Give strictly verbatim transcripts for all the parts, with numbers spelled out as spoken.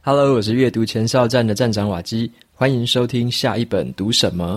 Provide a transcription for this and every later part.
Hello， 我是阅读前哨站的站长瓦基，欢迎收听下一本读什么。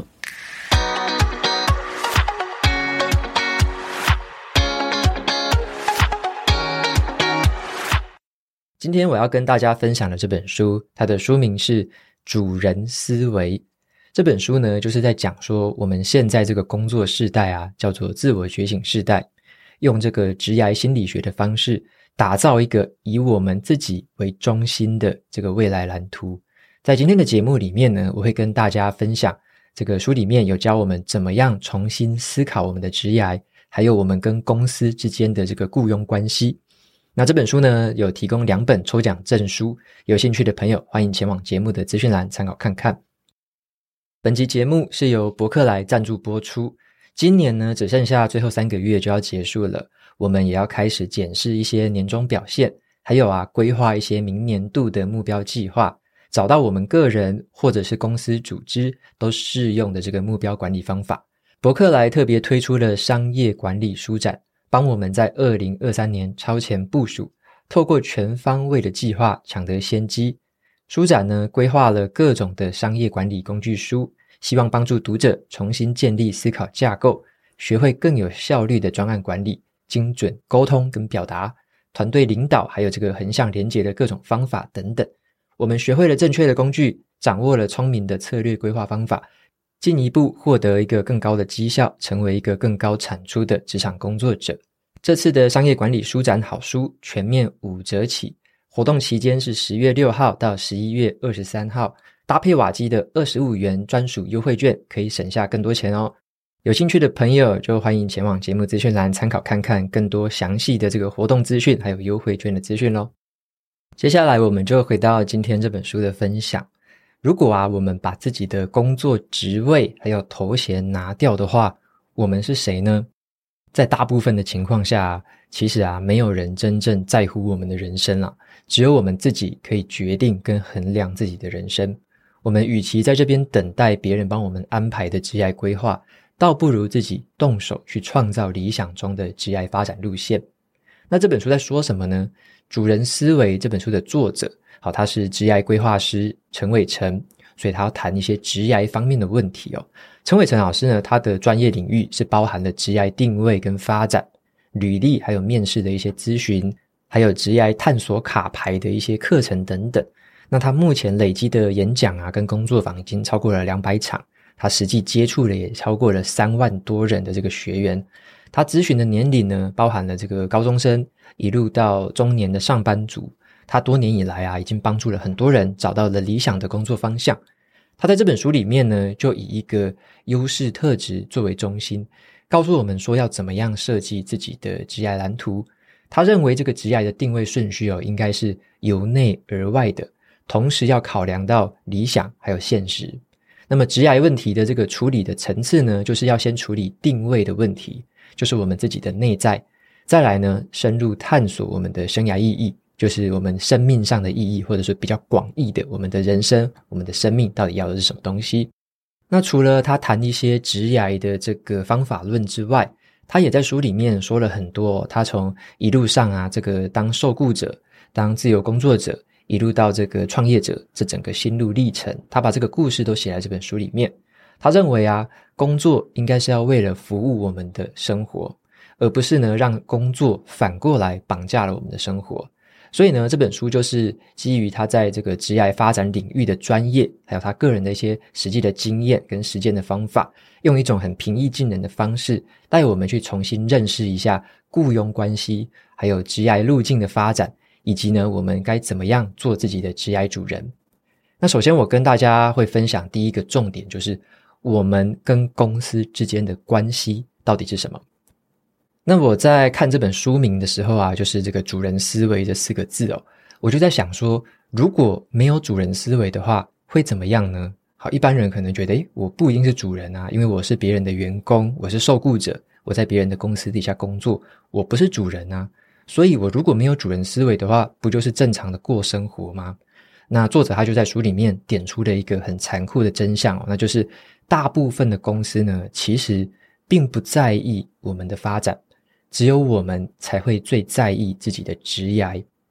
今天我要跟大家分享的这本书，它的书名是《主人思维》。这本书呢，就是在讲说我们现在这个工作世代啊，叫做自我觉醒世代，用这个职涯心理学的方式，打造一个以我们自己为中心的这个未来蓝图。在今天的节目里面呢，我会跟大家分享这个书里面有教我们怎么样重新思考我们的职涯，还有我们跟公司之间的这个雇佣关系。那这本书呢，有提供两本抽奖证书，有兴趣的朋友欢迎前往节目的资讯栏参考看看。本集节目是由博客来赞助播出，今年呢只剩下最后三个月就要结束了，我们也要开始检视一些年终表现，还有啊规划一些明年度的目标计划，找到我们个人或者是公司组织都适用的这个目标管理方法。博客来特别推出了商业管理书展，帮我们在二零二三年超前部署，透过全方位的计划抢得先机。书展呢规划了各种的商业管理工具书，希望帮助读者重新建立思考架构，学会更有效率的专案管理、精准沟通跟表达、团队领导，还有这个横向连结的各种方法等等。我们学会了正确的工具，掌握了聪明的策略规划方法，进一步获得一个更高的绩效，成为一个更高产出的职场工作者。这次的商业管理书展好书全面五折起，活动期间是十月六号到十一月二十三号，搭配瓦基的二十五元专属优惠券，可以省下更多钱哦。有兴趣的朋友就欢迎前往节目资讯栏参考看看更多详细的这个活动资讯，还有优惠券的资讯咯。接下来我们就回到今天这本书的分享。如果啊我们把自己的工作职位还有头衔拿掉的话，我们是谁呢？在大部分的情况下，其实啊没有人真正在乎我们的人生啦，只有我们自己可以决定跟衡量自己的人生。我们与其在这边等待别人帮我们安排的职业规划，倒不如自己动手去创造理想中的职业发展路线。那这本书在说什么呢？主人思维这本书的作者，好，他是职业规划师陈伟成，所以他要谈一些职业方面的问题哦。陈伟成老师呢，他的专业领域是包含了职业定位跟发展、履历还有面试的一些咨询，还有职业探索卡牌的一些课程等等。那他目前累积的演讲啊跟工作坊已经超过了两百场，他实际接触了也超过了三万多人的这个学员。他咨询的年龄呢，包含了这个高中生一路到中年的上班族。他多年以来啊，已经帮助了很多人找到了理想的工作方向。他在这本书里面呢，就以一个优势特质作为中心，告诉我们说要怎么样设计自己的职业蓝图。他认为这个职业的定位顺序哦，应该是由内而外的，同时要考量到理想还有现实。那么职业问题的这个处理的层次呢，就是要先处理定位的问题，就是我们自己的内在，再来呢深入探索我们的生涯意义，就是我们生命上的意义，或者是比较广义的我们的人生，我们的生命到底要的是什么东西。那除了他谈一些职业的这个方法论之外，他也在书里面说了很多，他从一路上啊这个当受雇者、当自由工作者，一路到这个创业者，这整个心路历程，他把这个故事都写在这本书里面。他认为啊，工作应该是要为了服务我们的生活，而不是呢让工作反过来绑架了我们的生活。所以呢，这本书就是基于他在这个职业发展领域的专业，还有他个人的一些实际的经验跟实践的方法，用一种很平易近人的方式，带我们去重新认识一下雇佣关系，还有职业路径的发展，以及呢我们该怎么样做自己的职业主人。那首先我跟大家会分享第一个重点，就是我们跟公司之间的关系到底是什么。那我在看这本书名的时候啊，就是这个主人思维这四个字哦，我就在想说，如果没有主人思维的话，会怎么样呢？好，一般人可能觉得，诶，我不一定是主人啊，因为我是别人的员工，我是受雇者，我在别人的公司底下工作，我不是主人啊。所以我如果没有主人思维的话，不就是正常的过生活吗？那作者他就在书里面点出了一个很残酷的真相哦，那就是大部分的公司呢，其实并不在意我们的发展，只有我们才会最在意自己的职涯。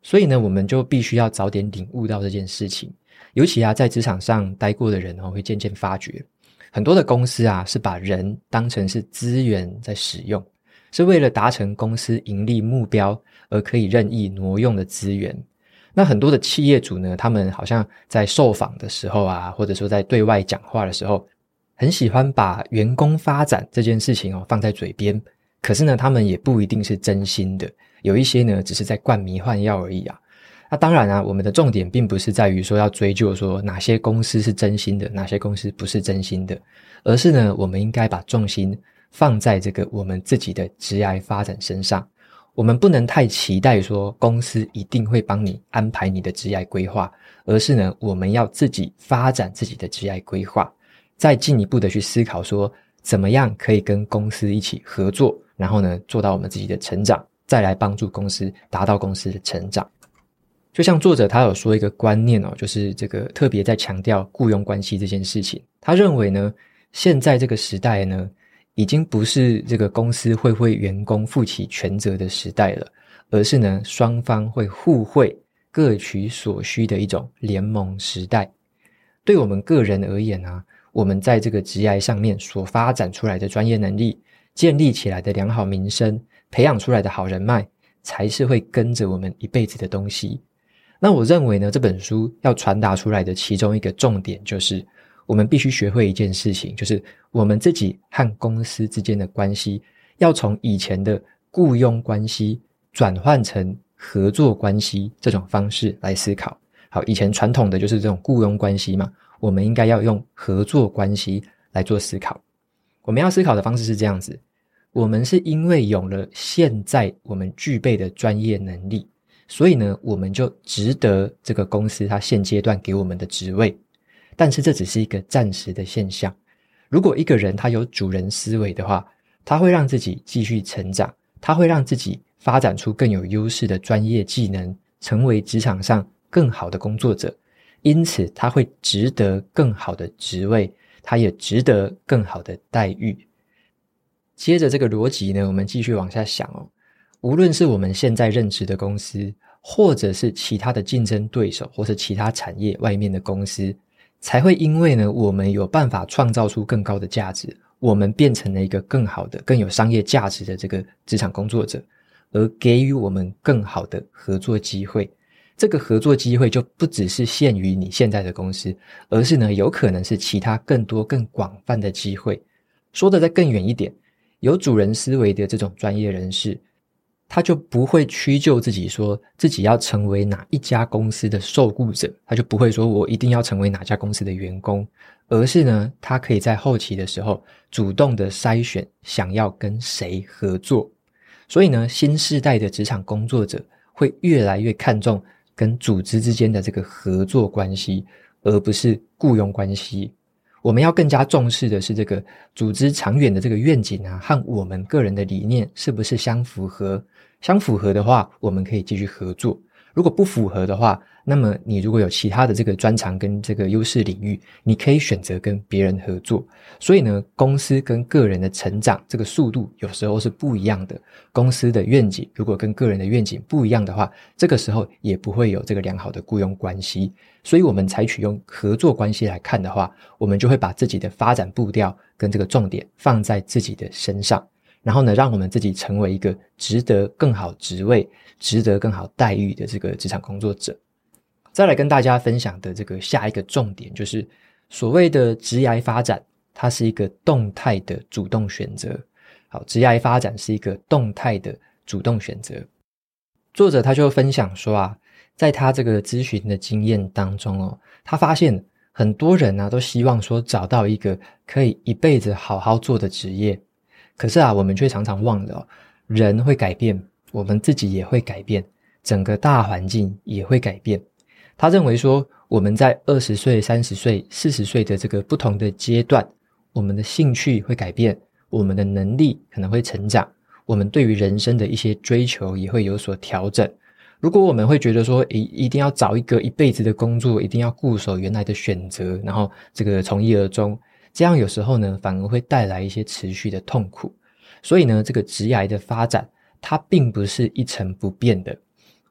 所以呢，我们就必须要早点领悟到这件事情。尤其啊，在职场上待过的人哦，会渐渐发觉，很多的公司啊，是把人当成是资源在使用，是为了达成公司盈利目标而可以任意挪用的资源。那很多的企业主呢，他们好像在受访的时候啊，或者说在对外讲话的时候，很喜欢把员工发展这件事情哦放在嘴边，可是呢，他们也不一定是真心的，有一些呢，只是在灌迷幻药而已啊。那当然啊，我们的重点并不是在于说要追究说哪些公司是真心的，哪些公司不是真心的，而是呢，我们应该把重心放在这个我们自己的职业发展身上。我们不能太期待说公司一定会帮你安排你的职业规划，而是呢，我们要自己发展自己的职业规划，再进一步的去思考说怎么样可以跟公司一起合作，然后呢，做到我们自己的成长，再来帮助公司达到公司的成长。就像作者他有说一个观念哦，就是这个特别在强调雇佣关系这件事情。他认为呢，现在这个时代呢，已经不是这个公司会为员工负起全责的时代了，而是呢，双方会互惠各取所需的一种联盟时代。对我们个人而言啊，我们在这个职业上面所发展出来的专业能力，建立起来的良好名声，培养出来的好人脉，才是会跟着我们一辈子的东西。那我认为呢，这本书要传达出来的其中一个重点就是我们必须学会一件事情，就是我们自己和公司之间的关系要从以前的雇佣关系转换成合作关系这种方式来思考。好，以前传统的就是这种雇佣关系嘛，我们应该要用合作关系来做思考。我们要思考的方式是这样子，我们是因为有了现在我们具备的专业能力，所以呢，我们就值得这个公司它现阶段给我们的职位。但是这只是一个暂时的现象。如果一个人他有主人思维的话，他会让自己继续成长，他会让自己发展出更有优势的专业技能，成为职场上更好的工作者。因此他会值得更好的职位，他也值得更好的待遇。接着这个逻辑呢，我们继续往下想哦。无论是我们现在任职的公司，或者是其他的竞争对手，或是其他产业外面的公司，才会因为呢，我们有办法创造出更高的价值，我们变成了一个更好的、更有商业价值的这个职场工作者，而给予我们更好的合作机会。这个合作机会就不只是限于你现在的公司，而是呢，有可能是其他更多更广泛的机会。说的再更远一点，有主人思维的这种专业人士，他就不会屈就自己说自己要成为哪一家公司的受雇者，他就不会说我一定要成为哪家公司的员工，而是呢，他可以在后期的时候主动的筛选想要跟谁合作。所以呢，新世代的职场工作者会越来越看重跟组织之间的这个合作关系，而不是雇佣关系。我们要更加重视的是这个组织长远的这个愿景啊，和我们个人的理念是不是相符合。相符合的话，我们可以继续合作；如果不符合的话，那么你如果有其他的这个专长跟这个优势领域，你可以选择跟别人合作。所以呢，公司跟个人的成长这个速度有时候是不一样的。公司的愿景如果跟个人的愿景不一样的话，这个时候也不会有这个良好的雇佣关系。所以我们采取用合作关系来看的话，我们就会把自己的发展步调跟这个重点放在自己的身上，然后呢，让我们自己成为一个值得更好职位、值得更好待遇的这个职场工作者。再来跟大家分享的这个下一个重点，就是所谓的职涯发展，它是一个动态的主动选择。好，职涯发展是一个动态的主动选择。作者他就分享说啊，在他这个咨询的经验当中哦，他发现很多人啊都希望说找到一个可以一辈子好好做的职业。可是啊，我们却常常忘了哦，人会改变，我们自己也会改变，整个大环境也会改变。他认为说，我们在二十岁、三十岁、四十岁的这个不同的阶段，我们的兴趣会改变，我们的能力可能会成长，我们对于人生的一些追求也会有所调整。如果我们会觉得说，一一定要找一个一辈子的工作，一定要固守原来的选择，然后这个从一而终，这样有时候呢，反而会带来一些持续的痛苦。所以呢，这个职涯的发展，它并不是一成不变的，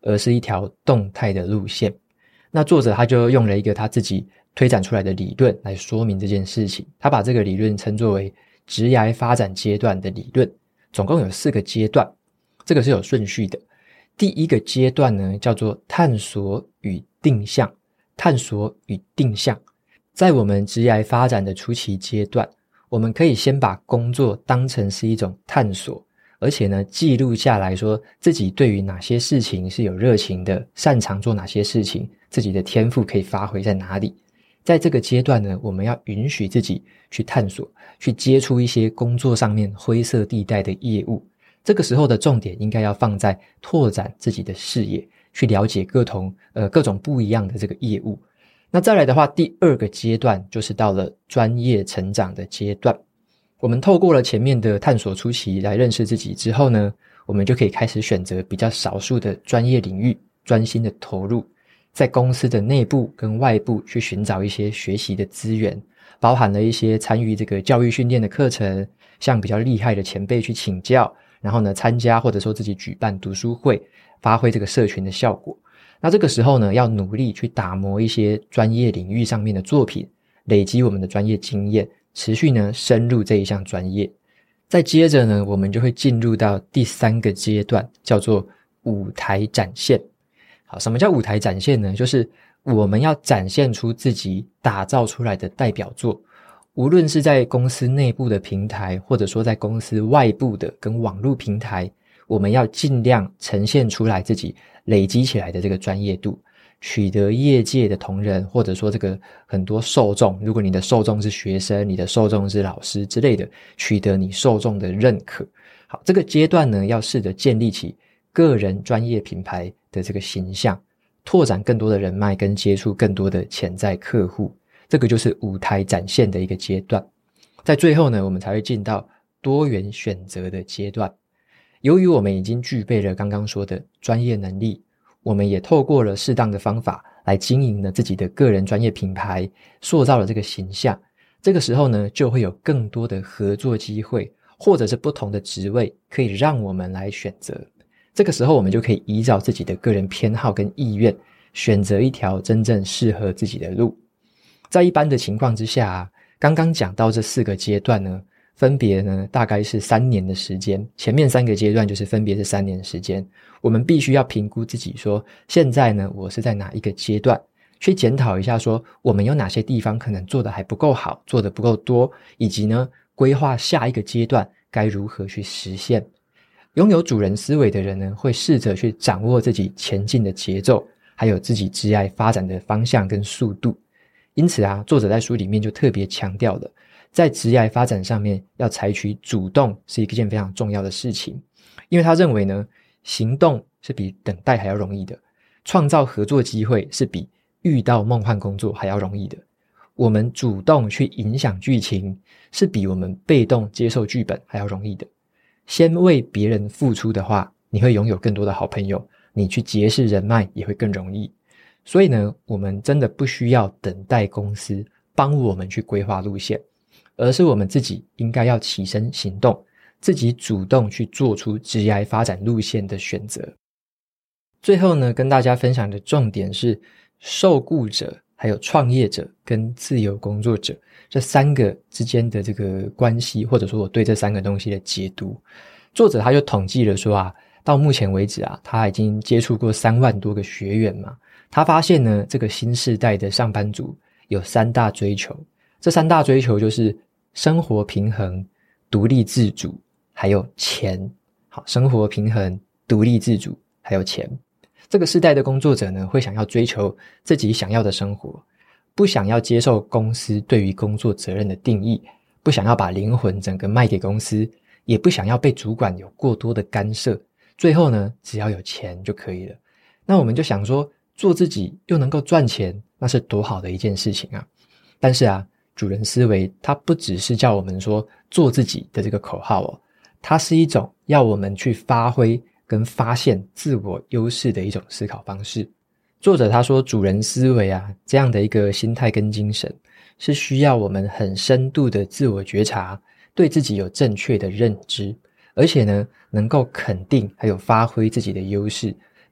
而是一条动态的路线。那作者他就用了一个他自己推展出来的理论来说明这件事情，他把这个理论称作为职涯发展阶段的理论，总共有四个阶段，这个是有顺序的。第一个阶段呢，叫做探索与定向。探索与定向，在我们职涯发展的初期阶段，我们可以先把工作当成是一种探索，而且呢，记录下来说自己对于哪些事情是有热情的，擅长做哪些事情，自己的天赋可以发挥在哪里。在这个阶段呢，我们要允许自己去探索，去接触一些工作上面灰色地带的业务。这个时候的重点应该要放在拓展自己的视野，去了解各同呃各种不一样的这个业务。那再来的话，第二个阶段就是到了专业成长的阶段。我们透过了前面的探索初期来认识自己之后呢，我们就可以开始选择比较少数的专业领域，专心的投入，在公司的内部跟外部去寻找一些学习的资源，包含了一些参与这个教育训练的课程，向比较厉害的前辈去请教，然后呢参加或者说自己举办读书会，发挥这个社群的效果。那这个时候呢，要努力去打磨一些专业领域上面的作品，累积我们的专业经验，持续呢深入这一项专业。再接着呢，我们就会进入到第三个阶段，叫做舞台展现。好，什么叫舞台展现呢？就是我们要展现出自己打造出来的代表作，无论是在公司内部的平台，或者说在公司外部的跟网络平台，我们要尽量呈现出来自己累积起来的这个专业度，取得业界的同仁，或者说这个很多受众，如果你的受众是学生，你的受众是老师之类的，取得你受众的认可。好，这个阶段呢，要试着建立起个人专业品牌的这个形象，拓展更多的人脉跟接触更多的潜在客户，这个就是舞台展现的一个阶段。在最后呢，我们才会进到多元选择的阶段。由于我们已经具备了刚刚说的专业能力，我们也透过了适当的方法来经营了自己的个人专业品牌，塑造了这个形象。这个时候呢，就会有更多的合作机会，或者是不同的职位可以让我们来选择。这个时候我们就可以依照自己的个人偏好跟意愿，选择一条真正适合自己的路。在一般的情况之下啊，刚刚讲到这四个阶段呢，分别呢大概是三年的时间，前面三个阶段就是分别是三年的时间。我们必须要评估自己说，现在呢我是在哪一个阶段，去检讨一下说我们有哪些地方可能做得还不够好，做得不够多，以及呢规划下一个阶段该如何去实现。拥有主人思维的人呢，会试着去掌握自己前进的节奏，还有自己职业发展的方向跟速度。因此啊，作者在书里面就特别强调了，在职业发展上面要采取主动是一件非常重要的事情。因为他认为呢，行动是比等待还要容易的，创造合作机会是比遇到梦幻工作还要容易的。我们主动去影响剧情，是比我们被动接受剧本还要容易的。先为别人付出的话，你会拥有更多的好朋友，你去结识人脉也会更容易。所以呢，我们真的不需要等待公司帮我们去规划路线，而是我们自己应该要起身行动，自己主动去做出职业发展路线的选择。最后呢，跟大家分享的重点是受雇者还有创业者跟自由工作者这三个之间的这个关系，或者说我对这三个东西的解读。作者他就统计了说啊，到目前为止啊，他已经接触过三万多个学员嘛，他发现呢，这个新世代的上班族有三大追求，这三大追求就是生活平衡、独立自主还有钱。好，生活平衡、独立自主还有钱。这个世代的工作者呢，会想要追求自己想要的生活，不想要接受公司对于工作责任的定义，不想要把灵魂整个卖给公司，也不想要被主管有过多的干涉，最后呢，只要有钱就可以了。那我们就想说，做自己又能够赚钱，那是多好的一件事情啊。但是啊，主人思维它不只是叫我们说做自己的这个口号哦，它是一种要我们去发挥跟发现自我优势的一种思考方式。作者他说，主人思维啊，这样的一个心态跟精神，是需要我们很深度的自我觉察，对自己有正确的认知，而且呢，能够肯定还有发挥自己的优势，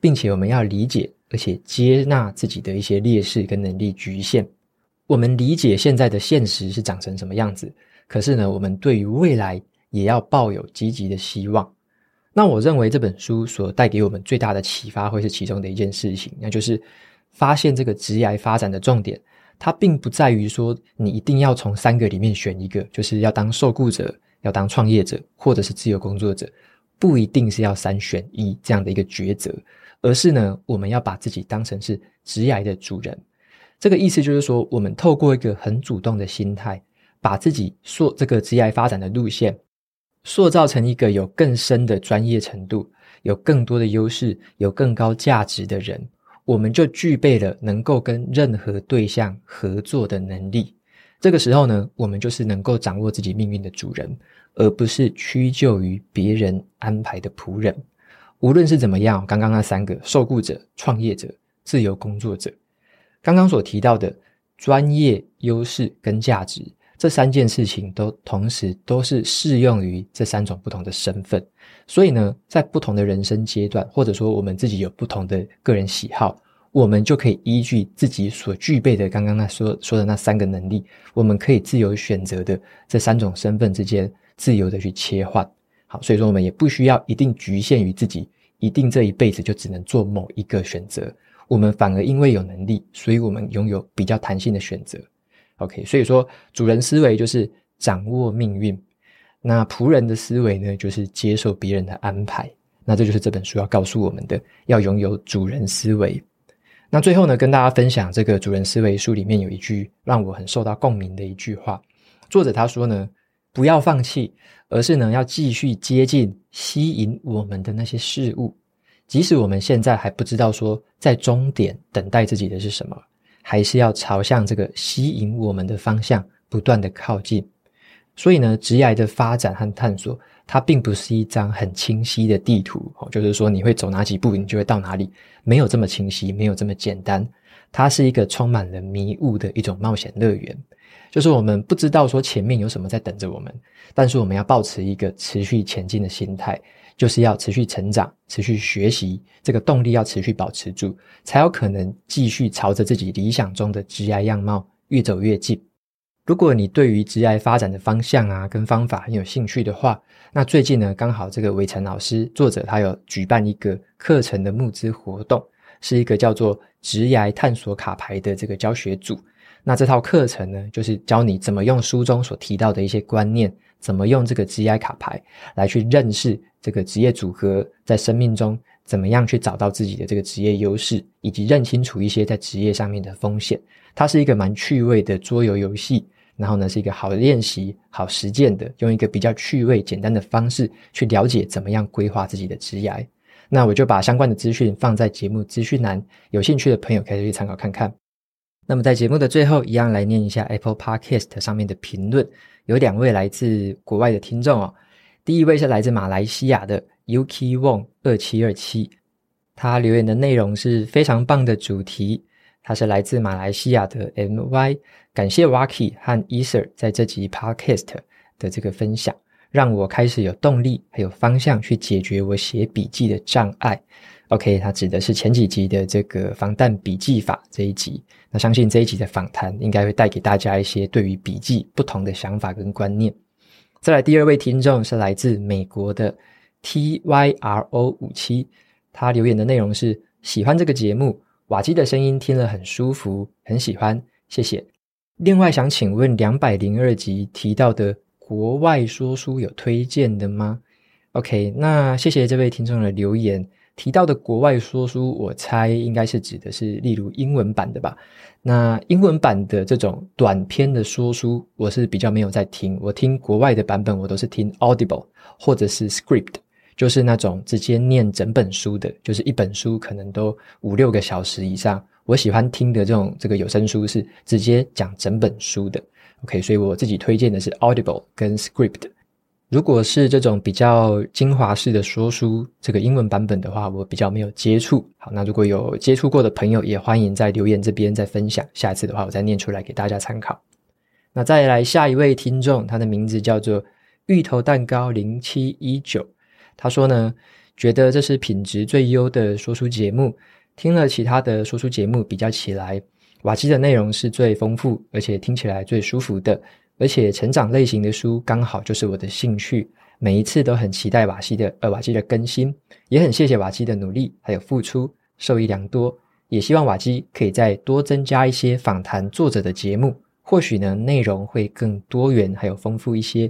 并且我们要理解而且接纳自己的一些劣势跟能力局限。我们理解现在的现实是长成什么样子，可是呢，我们对于未来也要抱有积极的希望。那我认为这本书所带给我们最大的启发会是其中的一件事情，那就是发现这个职业发展的重点，它并不在于说你一定要从三个里面选一个，就是要当受雇者，要当创业者，或者是自由工作者，不一定是要三选一这样的一个抉择，而是呢，我们要把自己当成是职业的主人。这个意思就是说，我们透过一个很主动的心态，把自己塑这个职业发展的路线塑造成一个有更深的专业程度，有更多的优势，有更高价值的人，我们就具备了能够跟任何对象合作的能力。这个时候呢，我们就是能够掌握自己命运的主人，而不是屈就于别人安排的仆人。无论是怎么样，刚刚那三个受雇者、创业者、自由工作者，刚刚所提到的专业、优势跟价值，这三件事情都同时都是适用于这三种不同的身份。所以呢，在不同的人生阶段，或者说我们自己有不同的个人喜好，我们就可以依据自己所具备的刚刚那说说的那三个能力，我们可以自由选择的这三种身份之间自由的去切换。好，所以说我们也不需要一定局限于自己，一定这一辈子就只能做某一个选择，我们反而因为有能力，所以我们拥有比较弹性的选择。OK， 所以说主人思维就是掌握命运，那仆人的思维呢，就是接受别人的安排。那这就是这本书要告诉我们的，要拥有主人思维。那最后呢，跟大家分享这个主人思维书里面有一句让我很受到共鸣的一句话，作者他说呢，不要放弃，而是呢要继续接近吸引我们的那些事物，即使我们现在还不知道说在终点等待自己的是什么，还是要朝向这个吸引我们的方向不断的靠近。所以呢，职业的发展和探索，它并不是一张很清晰的地图，就是说你会走哪几步你就会到哪里，没有这么清晰，没有这么简单。它是一个充满了迷雾的一种冒险乐园，就是我们不知道说前面有什么在等着我们，但是我们要抱持一个持续前进的心态，就是要持续成长，持续学习，这个动力要持续保持住，才有可能继续朝着自己理想中的职业样貌越走越近。如果你对于职业发展的方向啊跟方法很有兴趣的话，那最近呢，刚好这个伟成老师作者他有举办一个课程的募资活动，是一个叫做职业探索卡牌的这个教学组。那这套课程呢，就是教你怎么用书中所提到的一些观念，怎么用这个职业卡牌来去认识这个职业组合在生命中怎么样去找到自己的这个职业优势，以及认清楚一些在职业上面的风险。它是一个蛮趣味的桌游游戏，然后呢是一个好练习好实践的，用一个比较趣味简单的方式去了解怎么样规划自己的职业。那我就把相关的资讯放在节目资讯栏，有兴趣的朋友可以去参考看看。那么在节目的最后，一样来念一下 Apple Podcast 上面的评论，有两位来自国外的听众哦。第一位是来自马来西亚的 Yuki Wong 二七二七，他留言的内容是非常棒的主题，他是来自马来西亚的 M Y， 感谢 Waki 和 Ether 在这集 Podcast 的这个分享，让我开始有动力还有方向去解决我写笔记的障碍。OK， 他指的是前几集的这个防弹笔记法这一集，那相信这一集的访谈应该会带给大家一些对于笔记不同的想法跟观念。再来第二位听众是来自美国的 T Y R O 五七， 他留言的内容是喜欢这个节目，瓦基的声音听了很舒服，很喜欢，谢谢。另外想请问两百零二集提到的国外说书有推荐的吗？ OK， 那谢谢这位听众的留言。提到的国外说书，我猜应该是指的是例如英文版的吧。那英文版的这种短篇的说书，我是比较没有在听，我听国外的版本我都是听 Audible 或者是 Script， 就是那种直接念整本书的，就是一本书可能都五六个小时以上，我喜欢听的这种这个有声书是直接讲整本书的。 OK， 所以我自己推荐的是 Audible 跟 Script。如果是这种比较精华式的说书这个英文版本的话，我比较没有接触。好，那如果有接触过的朋友也欢迎在留言这边再分享，下一次的话我再念出来给大家参考。那再来下一位听众，他的名字叫做芋头蛋糕零七一九，他说呢， 觉得这是品质最优的说书节目，听了其他的说书节目比较起来，瓦基的内容是最丰富而且听起来最舒服的，而且成长类型的书刚好就是我的兴趣，每一次都很期待瓦基的呃瓦基的更新，也很谢谢瓦基的努力还有付出，受益良多，也希望瓦基可以再多增加一些访谈作者的节目，或许呢内容会更多元还有丰富一些。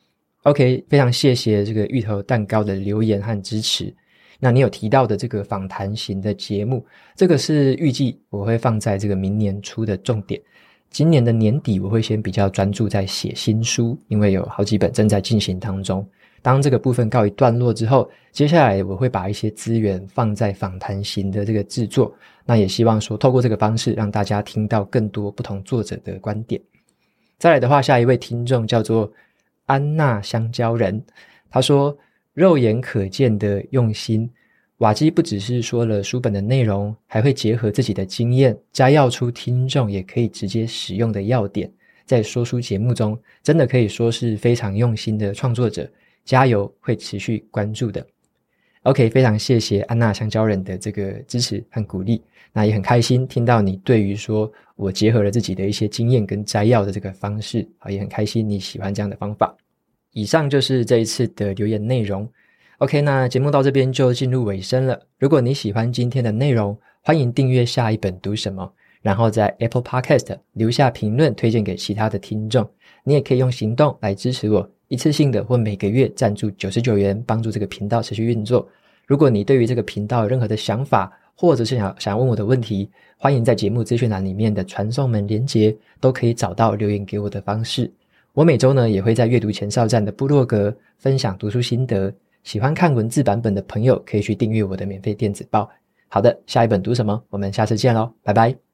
OK， 非常谢谢这个芋头蛋糕的留言和支持。那你有提到的这个访谈型的节目，这个是预计我会放在这个明年初的重点。今年的年底我会先比较专注在写新书，因为有好几本正在进行当中。当这个部分告一段落之后，接下来我会把一些资源放在访谈型的这个制作，那也希望说透过这个方式让大家听到更多不同作者的观点。再来的话，下一位听众叫做安娜香蕉人，他说肉眼可见的用心，瓦基不只是说了书本的内容，还会结合自己的经验摘要出听众也可以直接使用的要点，在说书节目中真的可以说是非常用心的创作者，加油，会持续关注的。 OK， 非常谢谢安娜香蕉人的这个支持和鼓励，那也很开心听到你对于说我结合了自己的一些经验跟摘要的这个方式，也很开心你喜欢这样的方法。以上就是这一次的留言内容。 OK， 那节目到这边就进入尾声了。如果你喜欢今天的内容，欢迎订阅下一本读什么，然后在 Apple Podcast 留下评论推荐给其他的听众。你也可以用行动来支持我，一次性的或每个月赞助九十九元，帮助这个频道持续运作。如果你对于这个频道有任何的想法，或者是想想问我的问题，欢迎在节目资讯栏里面的传送门连结都可以找到留言给我的方式。我每周呢也会在阅读前哨站的部落格分享读书心得，喜欢看文字版本的朋友可以去订阅我的免费电子报。好的，下一本读什么？我们下次见咯，拜拜。